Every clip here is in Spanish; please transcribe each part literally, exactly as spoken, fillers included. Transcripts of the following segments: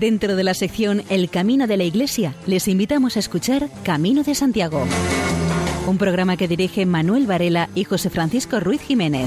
Dentro de la sección El Camino de la Iglesia, les invitamos a escuchar Camino de Santiago, un programa que dirige Manuel Varela y José Francisco Ruiz Jiménez.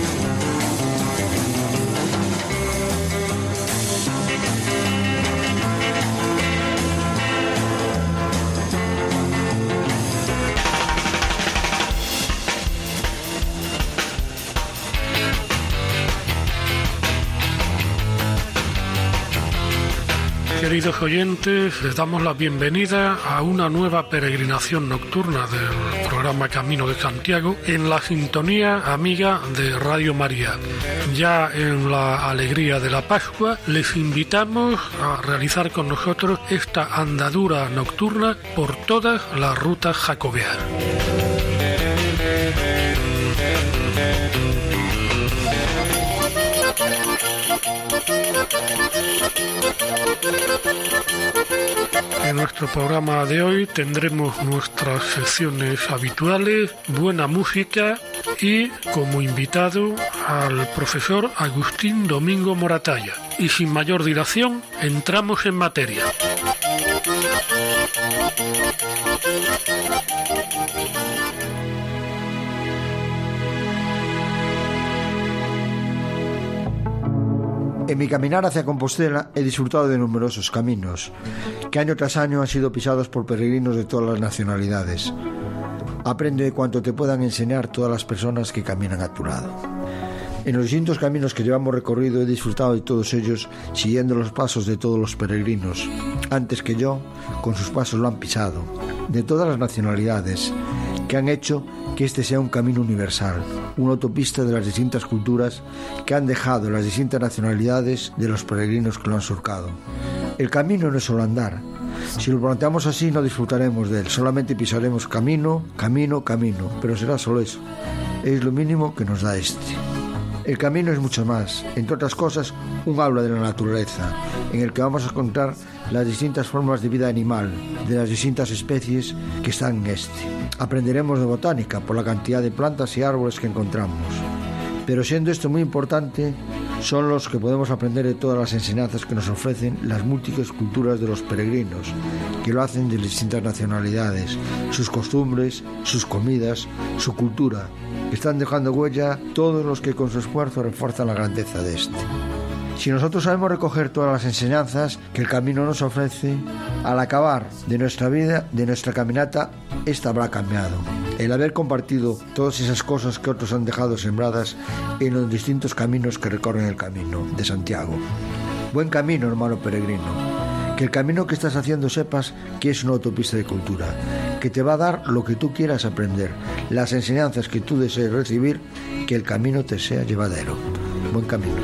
Queridos oyentes, les damos la bienvenida a una nueva peregrinación nocturna del programa Camino de Santiago en la sintonía amiga de Radio María. Ya en la alegría de la Pascua, les invitamos a realizar con nosotros esta andadura nocturna por todas las rutas jacobeas. En nuestro programa de hoy tendremos nuestras secciones habituales, buena música y como invitado al profesor Agustín Domingo Moratalla. Y sin mayor dilación, entramos en materia. En mi caminar hacia Compostela he disfrutado de numerosos caminos, que año tras año han sido pisados por peregrinos de todas las nacionalidades. Aprende de cuanto te puedan enseñar todas las personas que caminan a tu lado. En los distintos caminos que llevamos recorrido he disfrutado de todos ellos, siguiendo los pasos de todos los peregrinos. Antes que yo, con sus pasos lo han pisado, de todas las nacionalidades, que han hecho que este sea un camino universal, una autopista de las distintas culturas que han dejado las distintas nacionalidades de los peregrinos que lo han surcado. El camino no es solo andar. Si lo planteamos así no disfrutaremos de él, solamente pisaremos camino, camino, camino, pero será solo eso. Es lo mínimo que nos da este. El camino es mucho más, entre otras cosas, un aula de la naturaleza, en el que vamos a encontrar las distintas formas de vida animal, de las distintas especies que están en este. Aprenderemos de botánica por la cantidad de plantas y árboles que encontramos. Pero siendo esto muy importante, son los que podemos aprender de todas las enseñanzas que nos ofrecen las múltiples culturas de los peregrinos, que lo hacen de distintas nacionalidades, sus costumbres, sus comidas, su cultura. Están dejando huella todos los que con su esfuerzo refuerzan la grandeza de este. Si nosotros sabemos recoger todas las enseñanzas que el camino nos ofrece, al acabar de nuestra vida, de nuestra caminata, esta habrá cambiado. El haber compartido todas esas cosas que otros han dejado sembradas en los distintos caminos que recorren el camino de Santiago. Buen camino, hermano peregrino. Que el camino que estás haciendo sepas que es una autopista de cultura, que te va a dar lo que tú quieras aprender, las enseñanzas que tú desees recibir, que el camino te sea llevadero. Buen camino.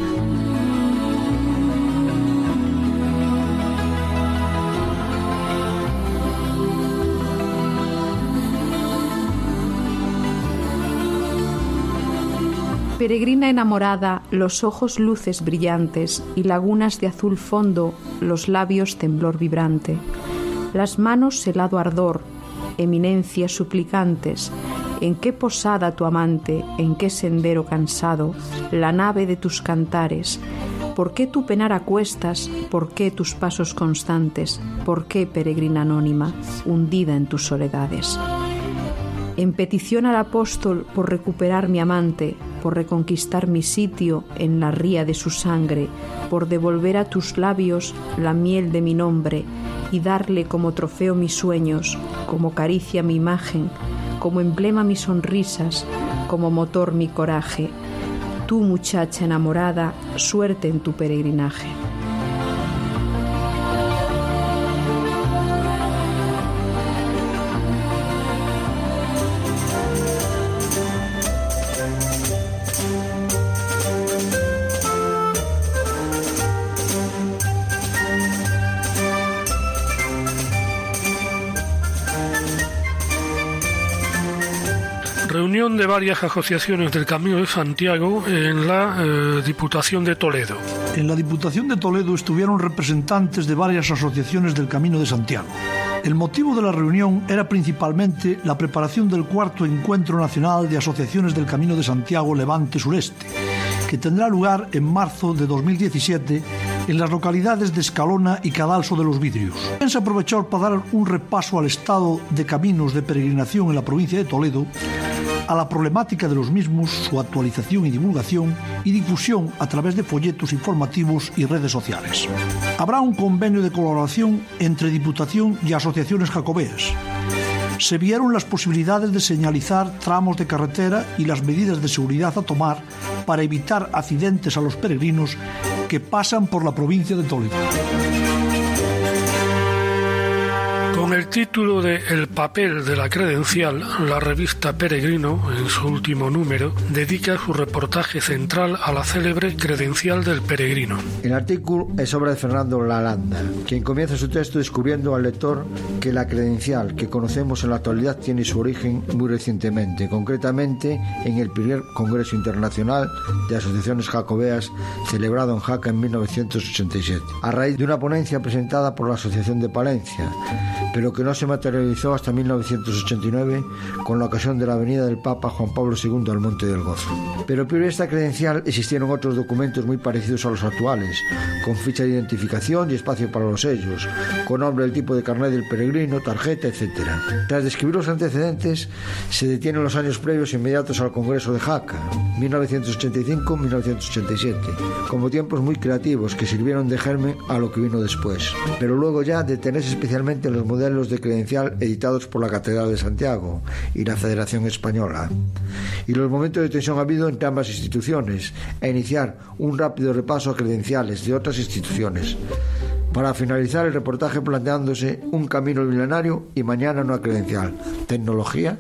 Peregrina enamorada, los ojos luces brillantes y lagunas de azul fondo, los labios temblor vibrante, las manos helado ardor, eminencias suplicantes, en qué posada tu amante, en qué sendero cansado, la nave de tus cantares, por qué tu penar a cuestas, por qué tus pasos constantes, por qué peregrina anónima, hundida en tus soledades. En petición al apóstol por recuperar mi amante, por reconquistar mi sitio en la ría de su sangre, por devolver a tus labios la miel de mi nombre y darle como trofeo mis sueños, como caricia mi imagen, como emblema mis sonrisas, como motor mi coraje. Tú, muchacha enamorada, suerte en tu peregrinaje. Reunión de varias asociaciones del Camino de Santiago en la eh, Diputación de Toledo. En la Diputación de Toledo estuvieron representantes de varias asociaciones del Camino de Santiago. El motivo de la reunión era principalmente la preparación del cuarto Encuentro Nacional de Asociaciones del Camino de Santiago Levante Sureste, que tendrá lugar en marzo de dos mil diecisiete en las localidades de Escalona y Cadalso de los Vidrios. Piensa aprovechar para dar un repaso al estado de caminos de peregrinación en la provincia de Toledo, a la problemática de los mismos, su actualización y divulgación y difusión a través de folletos informativos y redes sociales. Habrá un convenio de colaboración entre Diputación y asociaciones jacobeas. Se vieron las posibilidades de señalizar tramos de carretera y las medidas de seguridad a tomar para evitar accidentes a los peregrinos que pasan por la provincia de Toledo. Con el título de El papel de la credencial, la revista Peregrino, en su último número, dedica su reportaje central a la célebre credencial del peregrino. El artículo es obra de Fernando Lalanda, quien comienza su texto descubriendo al lector que la credencial que conocemos en la actualidad tiene su origen muy recientemente, concretamente en el primer Congreso Internacional de Asociaciones Jacobeas celebrado en Jaca en mil novecientos ochenta y siete, a raíz de una ponencia presentada por la Asociación de Palencia, pero que no se materializó hasta mil novecientos ochenta y nueve con la ocasión de la venida del Papa Juan Pablo segundo al Monte del Gozo. Pero previo a esta credencial existieron otros documentos muy parecidos a los actuales, con ficha de identificación y espacio para los sellos, con nombre del tipo de carnet del peregrino, tarjeta, etcétera. Tras describir los antecedentes, se detienen los años previos e inmediatos al Congreso de Jaca, mil novecientos ochenta y cinco a mil novecientos ochenta y siete, como tiempos muy creativos que sirvieron de germen a lo que vino después. Pero luego ya detenerse especialmente en los modelos de credencial editados por la Catedral de Santiago y la Federación Española, y los momentos de tensión habido entre ambas instituciones, e iniciar un rápido repaso a credenciales de otras instituciones, para finalizar el reportaje planteándose un camino milenario y mañana una credencial. ¿Tecnología?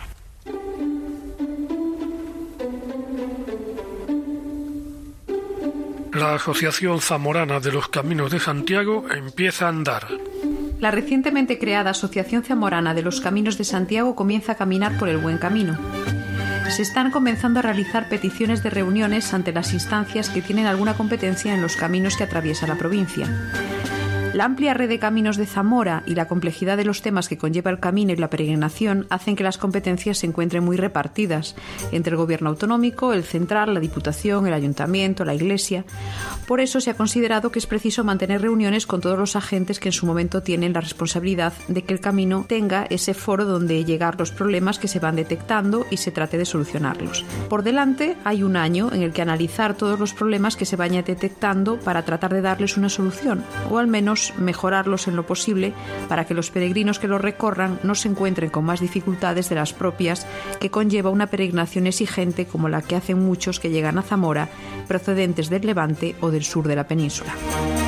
La Asociación Zamorana de los Caminos de Santiago empieza a andar. La recientemente creada Asociación Zamorana de los Caminos de Santiago comienza a caminar por el buen camino. Se están comenzando a realizar peticiones de reuniones ante las instancias que tienen alguna competencia en los caminos que atraviesa la provincia. La amplia red de caminos de Zamora y la complejidad de los temas que conlleva el camino y la peregrinación hacen que las competencias se encuentren muy repartidas entre el gobierno autonómico, el central, la Diputación, el Ayuntamiento, la Iglesia. Por eso se ha considerado que es preciso mantener reuniones con todos los agentes que en su momento tienen la responsabilidad de que el camino tenga ese foro donde llegar los problemas que se van detectando y se trate de solucionarlos. Por delante hay un año en el que analizar todos los problemas que se vayan detectando para tratar de darles una solución, o al menos mejorarlos en lo posible para que los peregrinos que los recorran no se encuentren con más dificultades de las propias que conlleva una peregrinación exigente como la que hacen muchos que llegan a Zamora procedentes del Levante o del sur de la península.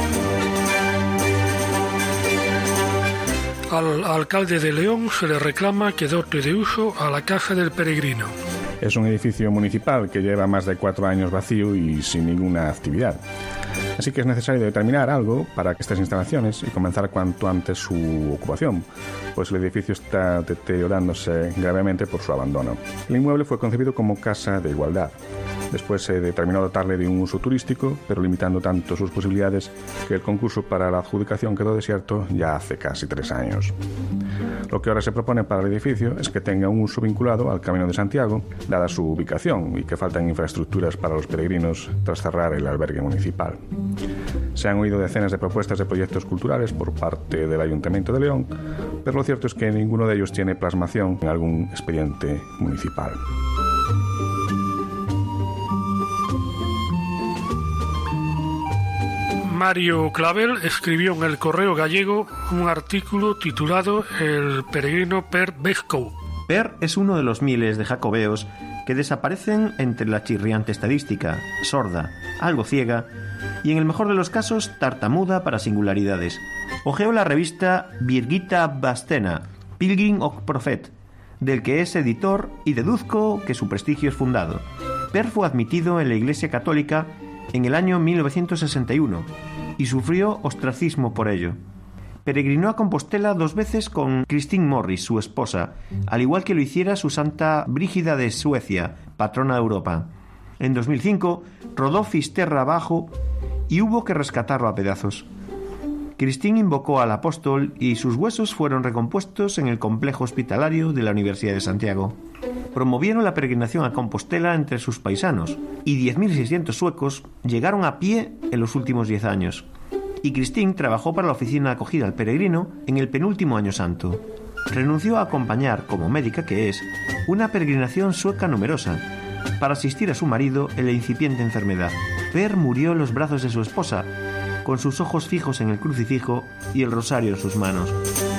Al alcalde de León se le reclama que dote de uso a la Casa del Peregrino. Es un edificio municipal que lleva más de cuatro años vacío y sin ninguna actividad. Así que es necesario determinar algo para que estas instalaciones y comenzar cuanto antes su ocupación, pues el edificio está deteriorándose gravemente por su abandono. El inmueble fue concebido como casa de igualdad. Después se determinó dotarle de un uso turístico, pero limitando tanto sus posibilidades que el concurso para la adjudicación quedó desierto ya hace casi tres años. Lo que ahora se propone para el edificio es que tenga un uso vinculado al Camino de Santiago, dada su ubicación y que faltan infraestructuras para los peregrinos tras cerrar el albergue municipal. Se han oído decenas de propuestas de proyectos culturales por parte del Ayuntamiento de León, pero lo cierto es que ninguno de ellos tiene plasmación en algún expediente municipal. Mario Clavel escribió en El Correo Gallego un artículo titulado El peregrino per Vescow. Per es uno de los miles de jacobeos que desaparecen entre la chirriante estadística, sorda, algo ciega y en el mejor de los casos tartamuda para singularidades. Hojeó la revista Birgitta Bastena, Pilgrim och Prophet, del que es editor y deduzco que su prestigio es fundado. Per fue admitido en la Iglesia Católica en el año mil novecientos sesenta y uno y sufrió ostracismo por ello. Peregrinó a Compostela dos veces con Christine Morris, su esposa, al igual que lo hiciera su santa Brígida de Suecia, patrona de Europa. En dos mil cinco rodó Fisterra abajo y hubo que rescatarlo a pedazos. Christine invocó al apóstol y sus huesos fueron recompuestos en el complejo hospitalario de la Universidad de Santiago. promovieron la peregrinación a Compostela entre sus paisanos y diez mil seiscientos suecos llegaron a pie en los últimos diez años. Y Christine trabajó para la oficina de acogida al peregrino en el penúltimo año santo. Renunció a acompañar, como médica que es, una peregrinación sueca numerosa para asistir a su marido en la incipiente enfermedad. Per murió en los brazos de su esposa, con sus ojos fijos en el crucifijo y el rosario en sus manos.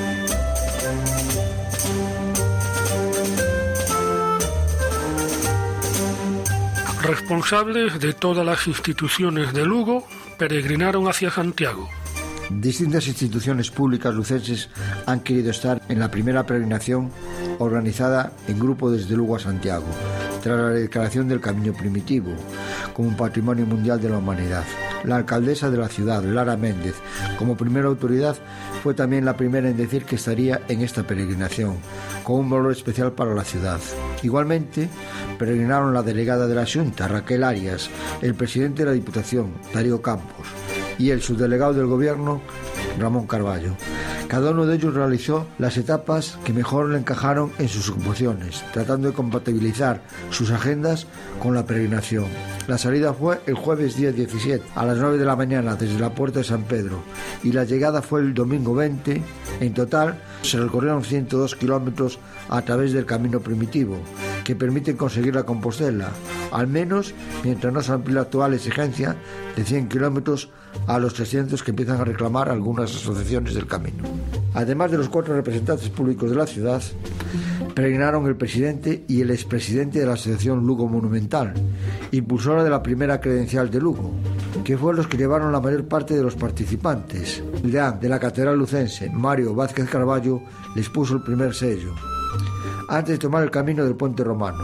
Responsables de todas las instituciones de Lugo peregrinaron hacia Santiago. Distintas instituciones públicas lucenses han querido estar en la primera peregrinación organizada en grupo desde Lugo a Santiago, tras la declaración del Camino Primitivo como un patrimonio mundial de la humanidad. La alcaldesa de la ciudad, Lara Méndez, como primera autoridad, fue también la primera en decir que estaría en esta peregrinación, con un valor especial para la ciudad. Igualmente, peregrinaron la delegada de la Xunta, Raquel Arias, el presidente de la Diputación, Darío Campos, y el subdelegado del Gobierno, Ramón Carballo. Cada uno de ellos realizó las etapas que mejor le encajaron en sus ocupaciones, tratando de compatibilizar sus agendas con la peregrinación. La salida fue el jueves día diecisiete a las nueve de la mañana desde la Puerta de San Pedro y la llegada fue el domingo veinte. En total se recorrieron ciento dos kilómetros a través del Camino Primitivo, que permiten conseguir la Compostela, al menos mientras no se amplíe la actual exigencia de cien kilómetros a los trescientos que empiezan a reclamar algunas asociaciones del camino. Además de los cuatro representantes públicos de la ciudad, peregrinaron el presidente y el expresidente de la Asociación Lugo Monumental, impulsora de la primera credencial de Lugo, que fueron los que llevaron la mayor parte de los participantes. El deán de la Catedral Lucense, Mario Vázquez Carballo, les puso el primer sello, antes de tomar el camino del Puente Romano.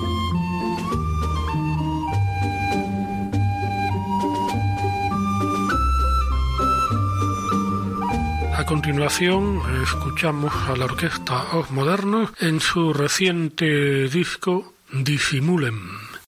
A continuación, escuchamos a la orquesta Os Modernos en su reciente disco Disimulen.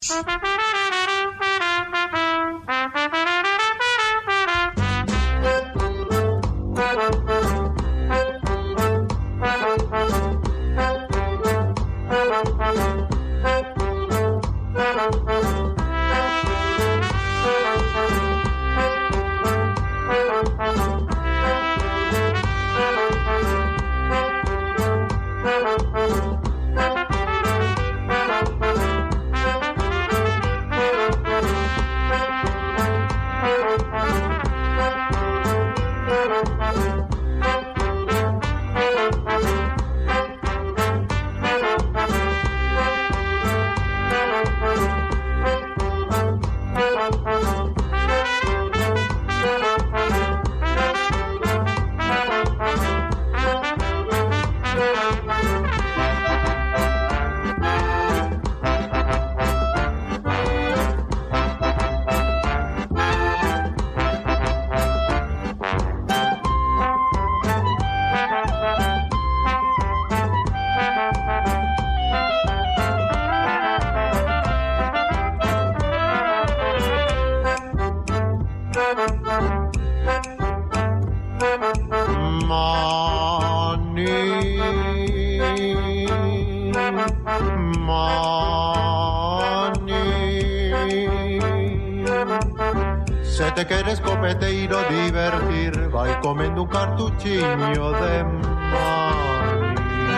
Se te queres copeteiro divertir, vai comendo un cartuchiño de mani.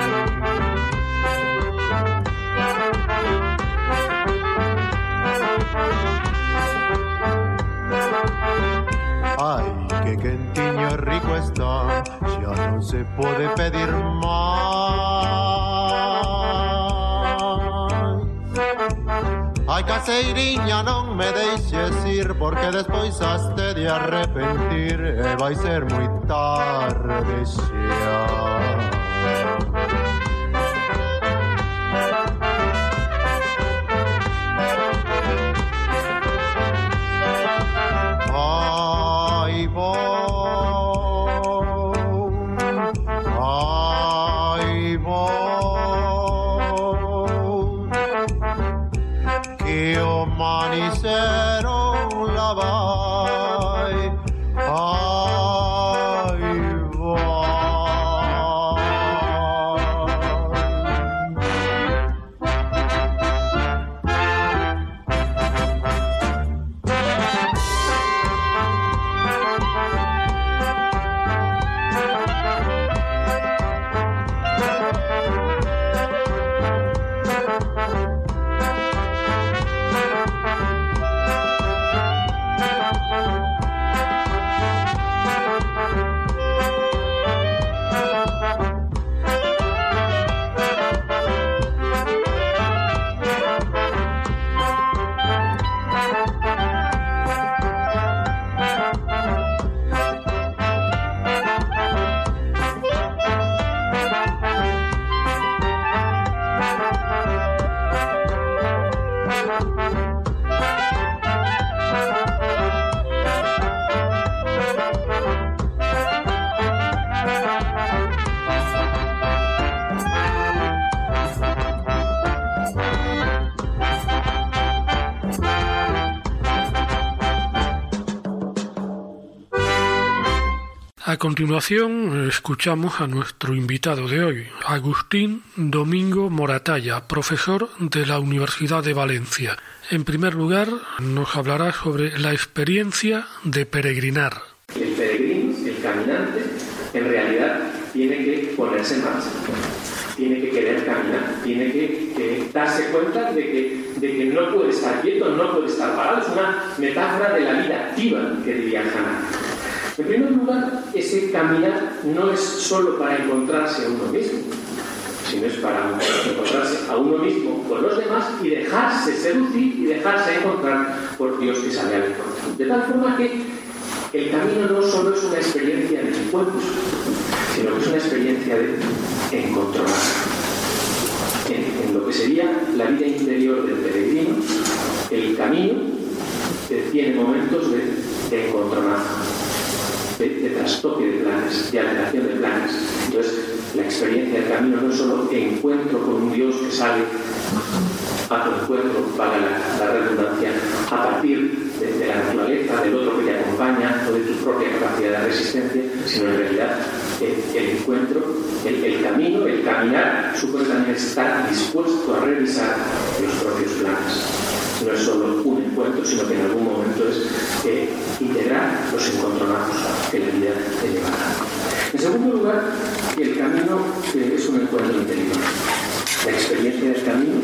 Ai, que quentiño rico está, xa non se pode pedir máis. Ai, caseiriña, non me deixes ir, porque despois haste de arrepentir e vai ser moi tarde xa. Ai, vou, ai, vou, que o manicero la vai, ai, vai. A continuación, escuchamos a nuestro invitado de hoy, Agustín Domingo Moratalla, profesor de la Universidad de Valencia. En primer lugar, nos hablará sobre la experiencia de peregrinar. El peregrino, el caminante, en realidad tiene que ponerse en marcha, tiene que querer caminar, tiene que, que darse cuenta de que, de que no puede estar quieto, no puede estar parado. Es una metáfora de la vida activa, que diría Hannah. En primer lugar, ese caminar no es solo para encontrarse a uno mismo, sino es para encontrarse a uno mismo con los demás y dejarse seducir y dejarse encontrar por Dios que sale al encuentro. De tal forma que el camino no solo es una experiencia de encuentros, sino que es una experiencia de encontronazo. En, en lo que sería la vida interior del peregrino, el camino tiene momentos de, de encontronazo. De, de trastoque de planes, de alteración de planes. Entonces, la experiencia del camino no es solo encuentro con un Dios que sale a tu encuentro, valga la, la redundancia, a partir de, de la naturaleza, del otro que te acompaña o de tu propia capacidad de resistencia, sino en realidad el, el encuentro, el, el camino, el caminar, supone también estar dispuesto a revisar los propios planes. No es solo un encuentro, sino que en algún momento es eh, integrar los encontronazos que la vida te llevará. En segundo lugar, el camino eh, es un encuentro interior. La experiencia del camino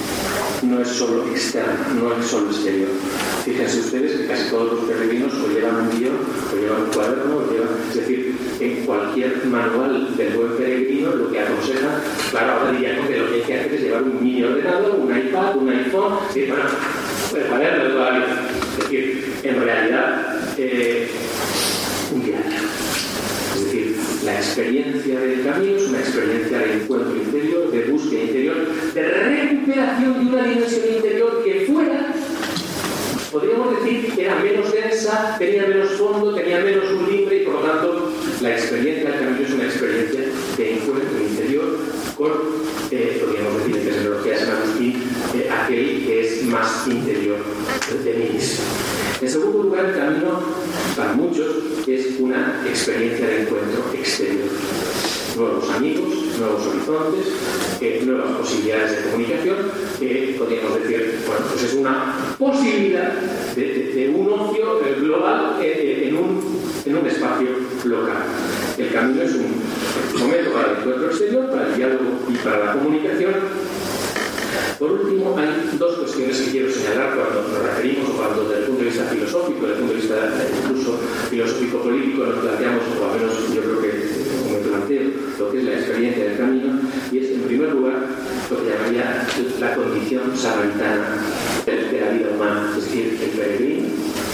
no es solo externa, no es solo exterior. Fíjense ustedes que casi todos los peregrinos o llevan un guión, o llevan un cuaderno, o llevan, es decir, en cualquier manual del buen peregrino lo que aconseja, claro, ahora diríamos que lo que hay que hacer es llevar un mini ordenador, un iPad, un iPhone, y bueno, prepararlo todavía. Es decir, en realidad, eh, un diario. Es decir, la experiencia del camino es una experiencia de encuentro interior, de búsqueda interior, de recuperación de una dimensión interior que fuera, podríamos decir, que era menos densa, tenía menos fondo, tenía menos limbre y por lo tanto la experiencia del camino es una experiencia de encuentro interior con, eh, podríamos decir en terminología de San Agustín, eh, aquel que es más interior de mí mismo. En segundo lugar, el camino, para muchos, es una experiencia de encuentro exterior. Nuevos amigos, nuevos horizontes, eh, nuevas posibilidades de comunicación, eh, podríamos decir, bueno, pues es una posibilidad de, de, de un ocio eh, global eh, en, un, en un espacio local. El camino es un momento para el encuentro exterior, para el diálogo y para la comunicación. Por último, hay dos cuestiones que quiero señalar cuando nos referimos, o cuando desde el punto de vista filosófico, desde el punto de vista incluso filosófico-político, nos planteamos, o al menos yo creo que me planteo, lo que es la experiencia del camino, y es, en primer lugar, lo que llamaría la condición samaritana de la vida humana, es decir, el peregrino.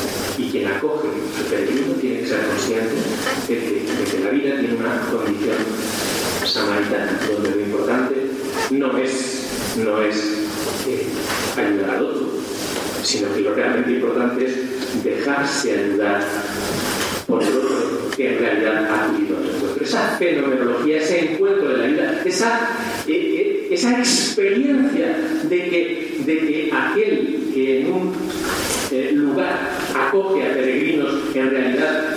Y quien acoge al peregrino tiene que ser consciente de que, de que la vida tiene una condición samaritana, donde lo importante no es no es eh, ayudar al otro, sino que lo realmente importante es dejarse ayudar por el otro que en realidad ha acudido a tu encuentro. Esa fenomenología, ese encuentro de la vida, esa, eh, eh, esa experiencia de que, de que aquel que en un eh, lugar acoge a peregrinos en realidad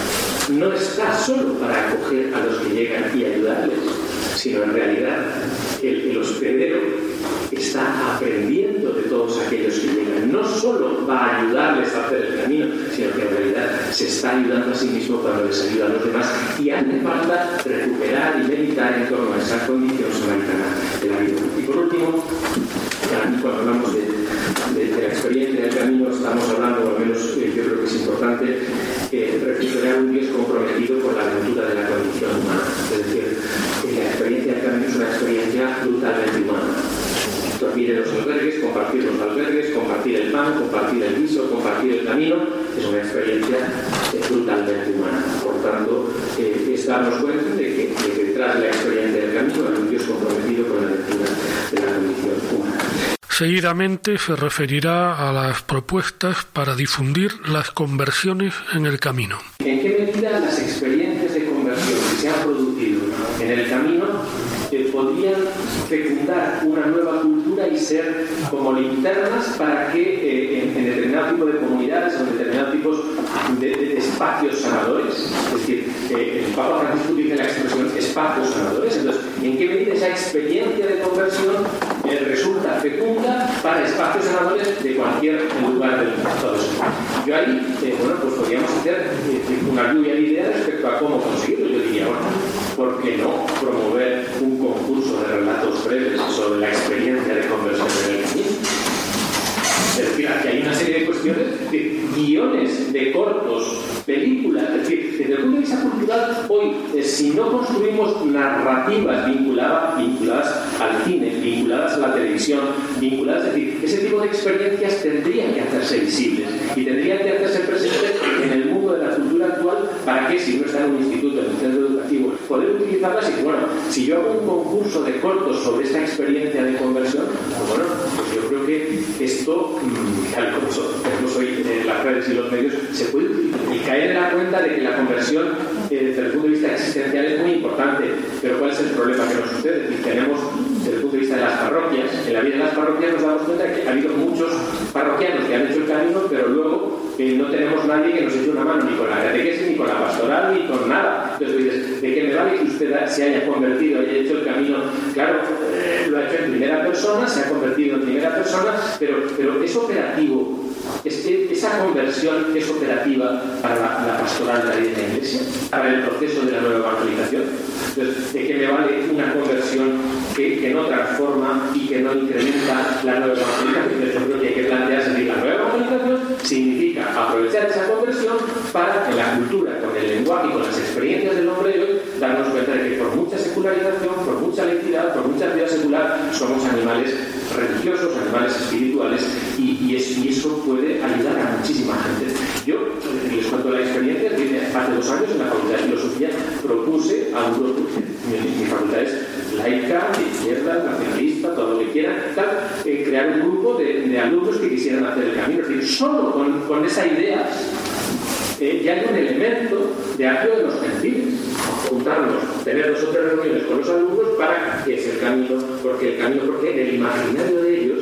no está solo para acoger a los que llegan y ayudarles, sino en realidad el, el hospedero está aprendiendo de todos aquellos que llegan. No solo va a ayudarles a hacer el camino, sino que en realidad se está ayudando a sí mismo cuando les ayuda a los demás. Y hace falta recuperar y meditar en torno a esa condición samaritana de la vida. Y por último, cuando hablamos de, de, de la experiencia del camino, estamos hablando, o al menos eh, yo creo que es importante, eh, reflexionar un Dios comprometido con la aventura de la condición humana. Es decir, eh, la experiencia del camino es una experiencia brutalmente humana. Dormir en los albergues, compartir los albergues, compartir el pan, compartir el guiso, compartir el camino, es una experiencia eh, brutalmente humana. Por tanto, eh, es darnos cuenta de que, de que detrás de la experiencia del camino hay un Dios comprometido con la aventura de la condición humana. Seguidamente se referirá a las propuestas para difundir las conversiones en el camino. ¿En qué medida las experiencias de conversión que se han producido en el camino eh, podrían fecundar una nueva cultura y ser como linternas para que eh, en, en determinado tipo de comunidades o en determinados tipos de, de, de espacios sanadores, es decir, eh, el Papa Francisco utiliza la expresión espacios sanadores? Entonces, ¿en qué medida esa experiencia de conversión eh, resulta fecunda para espacios sanadores de cualquier lugar del mundo? Yo ahí, eh, bueno, pues podríamos hacer eh, una lluvia de ideas respecto a cómo conseguirlo. Yo diría, bueno, ¿por qué no promover un concurso de relatos breves sobre la experiencia de conversión en el camino? Es decir, aquí hay una serie de cuestiones, de guiones de cortos, películas, es decir, desde el punto de vista cultural, hoy, eh, si no construimos narrativas vinculadas, vinculadas al cine, vinculadas a la televisión, vinculadas, es decir, ese tipo de experiencias tendrían que hacerse visibles y tendrían que hacerse presentes en el mundo de la cultura actual para que, si uno está en un instituto, en un centro educativo, poder utilizarlas y que, bueno, si yo hago un concurso de cortos sobre esta experiencia de conversión, pues bueno, pues yo creo que esto, tal como tenemos hoy en las redes y los medios, se puede utilizar y caer en la cuenta de que la conversión eh, desde el punto de vista existencial es muy importante. Pero ¿cuál es el problema que nos sucede? Es decir, tenemos, desde el punto de vista de las parroquias, en la vida de las parroquias nos damos cuenta de que ha habido muchos parroquianos que han hecho el camino, pero luego eh, no tenemos nadie que nos eche una mano ni con la catequesis, ni con la pastoral, ni con nada. Entonces tú dices, ¿de qué me vale que usted se haya convertido y haya hecho el camino? Claro, eh, lo ha hecho en primera persona, se ha convertido en primera persona, pero, pero es operativo. Es que esa conversión es operativa para la, la pastoral de la vida de la Iglesia, para el proceso de la nueva evangelización. Entonces, ¿de qué me vale una conversión que, que no transforma y que no incrementa la nueva evangelización? Yo creo que hay que plantearse que la nueva evangelización significa aprovechar esa conversión para, en la cultura, con el lenguaje y con las experiencias del hombre de hoy, darnos cuenta de que por mucha secularización, por mucha laicidad, por mucha vida secular, somos animales religiosos, animales espirituales, y, y, es, y eso puede ayudar a muchísima gente. Yo les cuento la experiencia. Hace dos años en la Facultad de Filosofía propuse a un grupo, mi, mi facultad es laica, de izquierda, nacionalista, todo lo que quieran, tal, eh, crear un grupo de, de alumnos que quisieran hacer el camino. Es decir, solo con, con esa idea eh, ya hay un elemento de acto de los gentiles. Juntarnos, tener dos o tres reuniones con los alumnos para que es el camino, porque el camino, porque en el imaginario de ellos,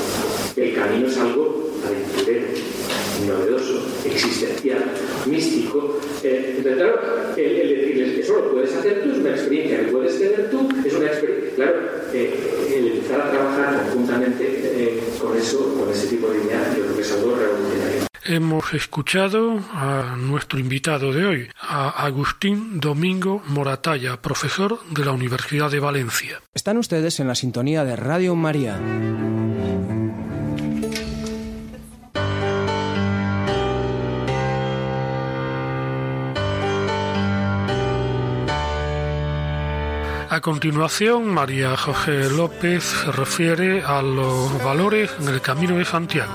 el camino es algo aventurero, novedoso, existencial, místico. Eh, entonces, claro, el, el decirles que eso lo puedes hacer tú, es una experiencia que puedes tener tú, es una experiencia. Claro, eh, el empezar a trabajar conjuntamente eh, con eso, con ese tipo de ideas, yo creo que es algo revolucionario. Hemos escuchado a nuestro invitado de hoy, a Agustín Domingo Moratalla, profesor de la Universidad de Valencia. Están ustedes en la sintonía de Radio María. A continuación, María José López se refiere a los valores en el Camino de Santiago.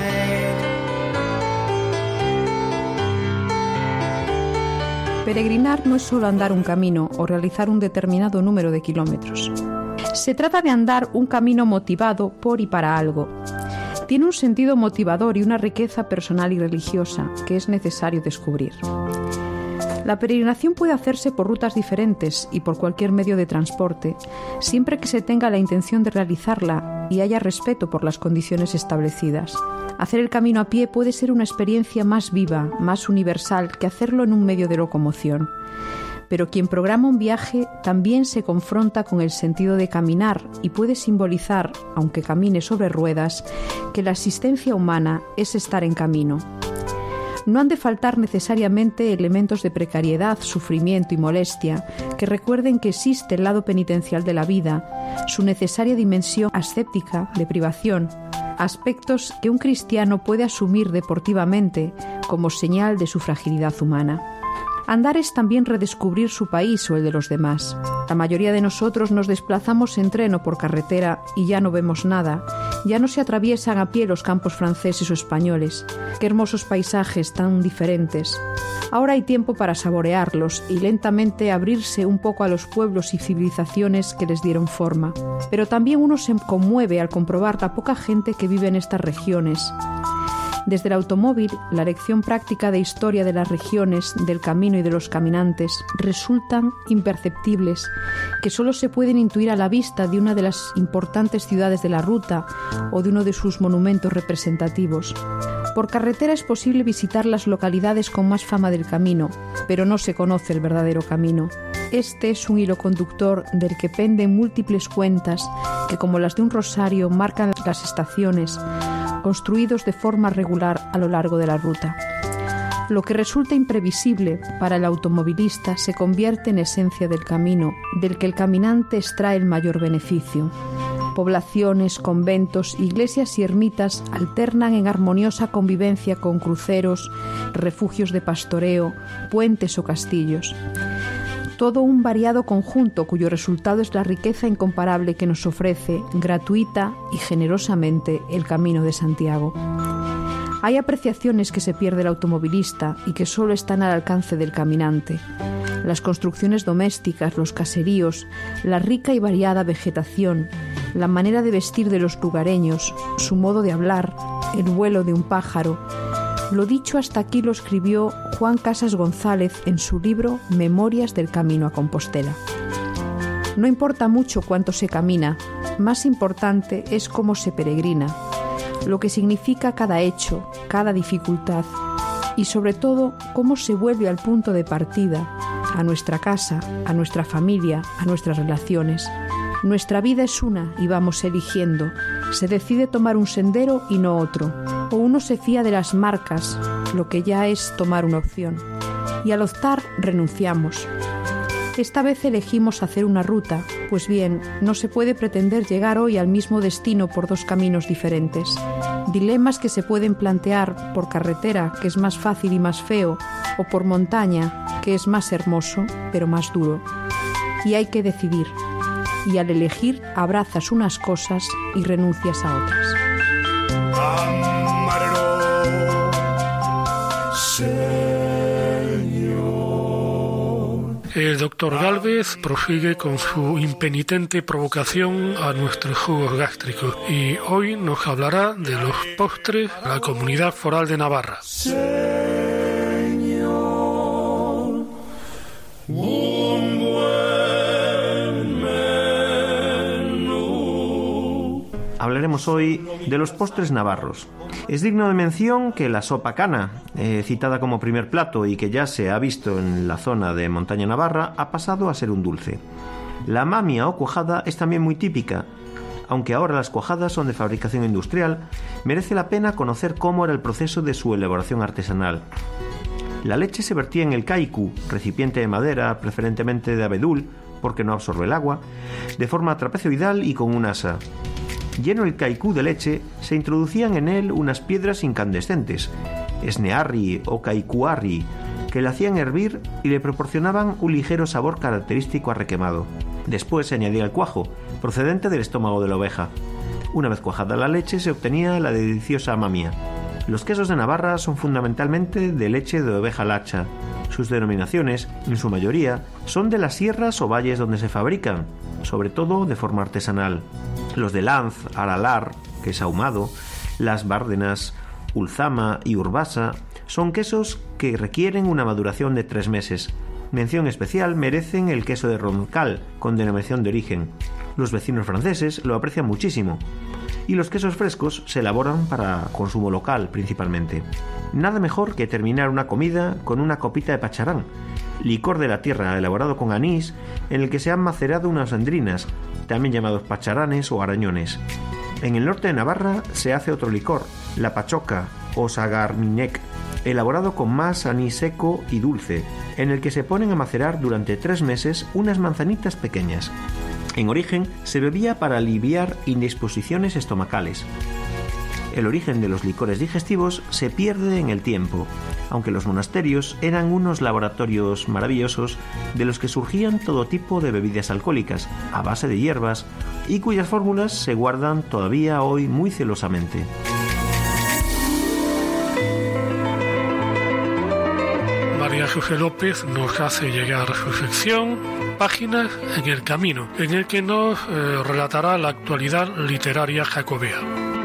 Peregrinar no es solo andar un camino o realizar un determinado número de kilómetros. Se trata de andar un camino motivado por y para algo. Tiene un sentido motivador y una riqueza personal y religiosa que es necesario descubrir. La peregrinación puede hacerse por rutas diferentes y por cualquier medio de transporte, siempre que se tenga la intención de realizarla y haya respeto por las condiciones establecidas. Hacer el camino a pie puede ser una experiencia más viva, más universal que hacerlo en un medio de locomoción. Pero quien programa un viaje también se confronta con el sentido de caminar y puede simbolizar, aunque camine sobre ruedas, que la existencia humana es estar en camino. No han de faltar necesariamente elementos de precariedad, sufrimiento y molestia que recuerden que existe el lado penitencial de la vida, su necesaria dimensión ascética de privación, aspectos que un cristiano puede asumir deportivamente como señal de su fragilidad humana. Andar es también redescubrir su país o el de los demás. La mayoría de nosotros nos desplazamos en tren o por carretera y ya no vemos nada, Ya no se atraviesan a pie los campos franceses o españoles. Qué hermosos paisajes tan diferentes. Ahora hay tiempo para saborearlos y lentamente abrirse un poco a los pueblos y civilizaciones que les dieron forma. Pero también uno se conmueve al comprobar la poca gente que vive en estas regiones. Desde el automóvil, la lección práctica de historia de las regiones, del camino y de los caminantes resultan imperceptibles, que solo se pueden intuir a la vista de una de las importantes ciudades de la ruta o de uno de sus monumentos representativos. Por carretera es posible visitar las localidades con más fama del camino, pero no se conoce el verdadero camino. Este es un hilo conductor del que penden múltiples cuentas que, como las de un rosario, marcan las estaciones, construidos de forma regular a lo largo de la ruta. Lo que resulta imprevisible para el automovilista se convierte en esencia del camino, del que el caminante extrae el mayor beneficio. Poblaciones, conventos, iglesias y ermitas alternan en armoniosa convivencia con cruceros, refugios de pastoreo, puentes o castillos. Todo un variado conjunto cuyo resultado es la riqueza incomparable que nos ofrece, gratuita y generosamente, el Camino de Santiago. Hay apreciaciones que se pierde el automovilista y que solo están al alcance del caminante. Las construcciones domésticas, los caseríos, la rica y variada vegetación, la manera de vestir de los lugareños, su modo de hablar, el vuelo de un pájaro. Lo dicho hasta aquí lo escribió Juan Casas González en su libro Memorias del Camino a Compostela. No importa mucho cuánto se camina, más importante es cómo se peregrina, lo que significa cada hecho, cada dificultad y sobre todo cómo se vuelve al punto de partida, a nuestra casa, a nuestra familia, a nuestras relaciones. Nuestra vida es una y vamos eligiendo. Se decide tomar un sendero y no otro. O uno se fía de las marcas, lo que ya es tomar una opción. Y al optar renunciamos. Esta vez elegimos hacer una ruta, pues bien, no se puede pretender llegar hoy al mismo destino por dos caminos diferentes. Dilemas que se pueden plantear por carretera, que es más fácil y más feo, o por montaña, que es más hermoso, pero más duro. Y hay que decidir. Y al elegir abrazas unas cosas y renuncias a otras. El doctor Gálvez prosigue con su impenitente provocación a nuestros jugos gástricos y hoy nos hablará de los postres de la Comunidad Foral de Navarra. Hablaremos hoy de los postres navarros. Es digno de mención que la sopa cana, eh, citada como primer plato y que ya se ha visto en la zona de Montaña Navarra, ha pasado a ser un dulce. La mamia o cuajada es también muy típica. Aunque ahora las cuajadas son de fabricación industrial, merece la pena conocer cómo era el proceso de su elaboración artesanal. La leche se vertía en el caicu, recipiente de madera, preferentemente de abedul, porque no absorbe el agua, de forma trapezoidal y con un asa. Lleno el caicú de leche, se introducían en él unas piedras incandescentes, esnearri o caicuarri, que le hacían hervir y le proporcionaban un ligero sabor característico a requemado. Después se añadía el cuajo, procedente del estómago de la oveja. Una vez cuajada la leche, se obtenía la deliciosa mamia. Los quesos de Navarra son fundamentalmente de leche de oveja lacha. Sus denominaciones, en su mayoría, son de las sierras o valles donde se fabrican, sobre todo de forma artesanal. Los de Lanz, Aralar, que es ahumado, las Bárdenas, Ulzama y Urbasa son quesos que requieren una maduración de tres meses. Mención especial merecen el queso de Roncal, con denominación de origen. Los vecinos franceses lo aprecian muchísimo. Y los quesos frescos se elaboran para consumo local principalmente. Nada mejor que terminar una comida con una copita de pacharán, licor de la tierra elaborado con anís en el que se han macerado unas andrinas, también llamados pacharanes o arañones. En el norte de Navarra se hace otro licor, la pachoca o sagarniñec, elaborado con más anís seco y dulce, en el que se ponen a macerar durante tres meses unas manzanitas pequeñas. En origen se bebía para aliviar indisposiciones estomacales. El origen de los licores digestivos se pierde en el tiempo. aunque los monasterios eran unos laboratorios maravillosos de los que surgían todo tipo de bebidas alcohólicas a base de hierbas y cuyas fórmulas se guardan todavía hoy muy celosamente. María José López nos hace llegar su sección Páginas en el Camino, en el que nos eh, relatará la actualidad literaria jacobea.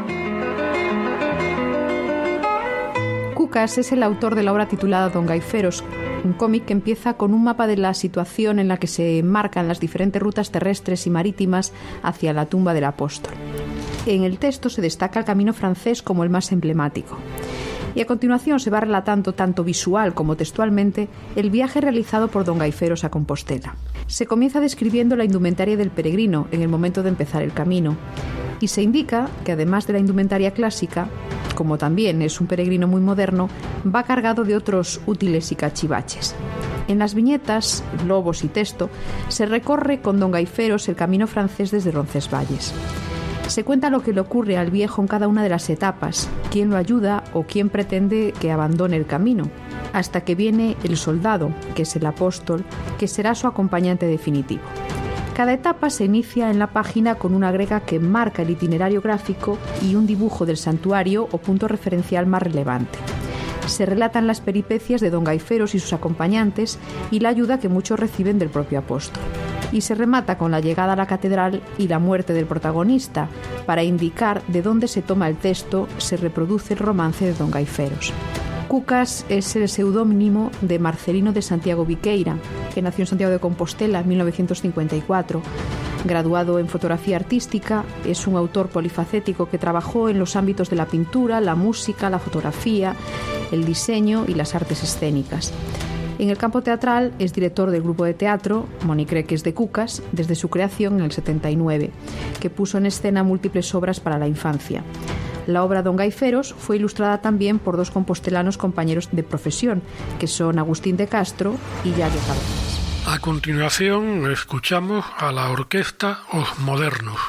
Cucas es el autor de la obra titulada Don Gaiferos, un cómic que empieza con un mapa de la situación en la que se marcan las diferentes rutas terrestres y marítimas hacia la tumba del apóstol. En el texto se destaca el camino francés como el más emblemático. Y a continuación se va relatando tanto visual como textualmente el viaje realizado por Don Gaiferos a Compostela. Se comienza describiendo la indumentaria del peregrino en el momento de empezar el camino y se indica que además de la indumentaria clásica, como también es un peregrino muy moderno, va cargado de otros útiles y cachivaches. En las viñetas, globos y texto se recorre con Don Gaiferos el camino francés desde Roncesvalles. Se cuenta lo que le ocurre al viejo en cada una de las etapas, quién lo ayuda o quién pretende que abandone el camino, hasta que viene el soldado, que es el apóstol, que será su acompañante definitivo. Cada etapa se inicia en la página con una grega que marca el itinerario gráfico y un dibujo del santuario o punto referencial más relevante. Se relatan las peripecias de Don Gaiferos y sus acompañantes y la ayuda que muchos reciben del propio apóstol. Y se remata con la llegada a la catedral y la muerte del protagonista, para indicar de dónde se toma el texto, se reproduce el romance de Don Gaiferos. Cucas es el seudónimo de Marcelino de Santiago Viqueira, que nació en Santiago de Compostela en mil novecientos cincuenta y cuatro. Graduado en fotografía artística, es un autor polifacético que trabajó en los ámbitos de la pintura, la música, la fotografía, el diseño y las artes escénicas. En el campo teatral es director del grupo de teatro Monicreques de Cucas desde su creación en el setenta y nueve, que puso en escena múltiples obras para la infancia. La obra Don Gaiferos fue ilustrada también por dos compostelanos compañeros de profesión, que son Agustín de Castro y Yayo Cárdenas. A continuación escuchamos a la orquesta Os Modernos.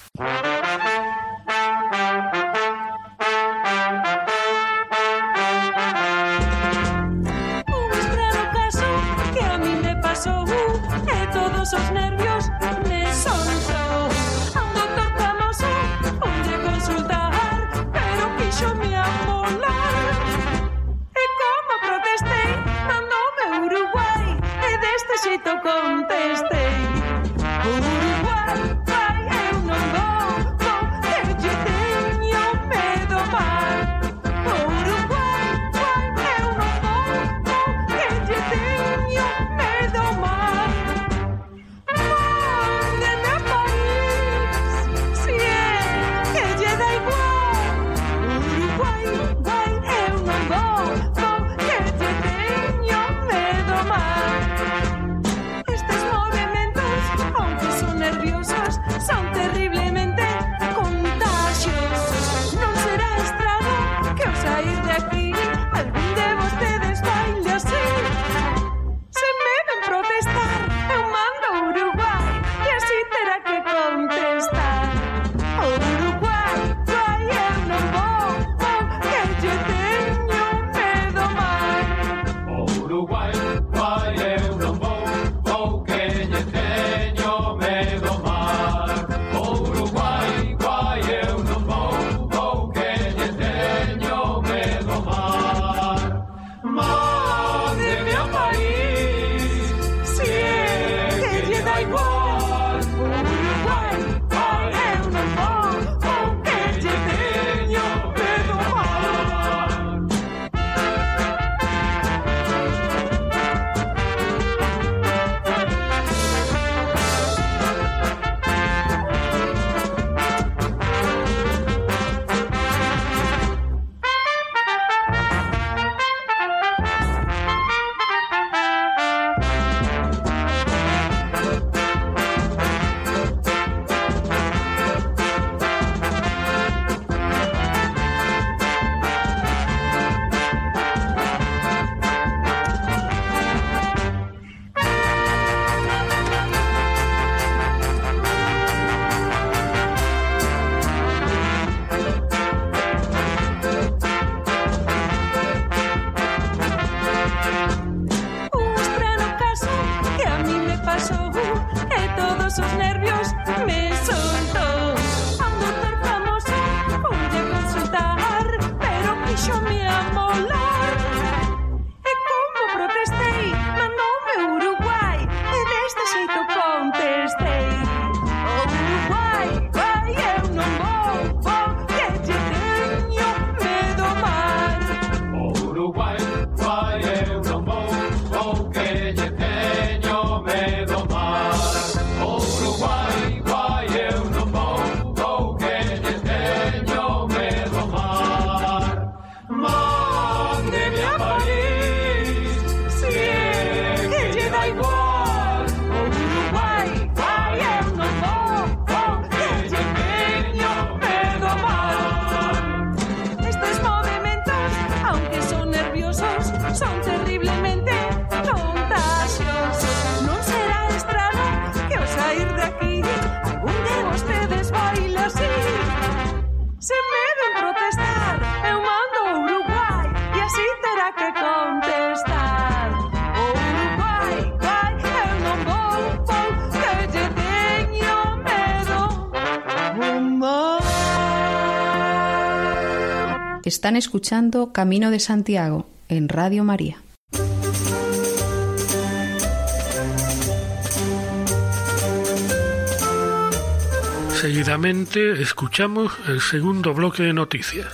Os nervios me soltou. Un doctor famoso onde consultar, pero quixome amolar. E como protestei, mandoume a Uruguai, e deste xeito contestei. Uruguai, vai, eu non vou, vou, que lle teño medo mar. Uruguai, vai, eu non vou, vou, que lle teño medo mar. Están escuchando Camino de Santiago en Radio María. Seguidamente escuchamos el segundo bloque de noticias.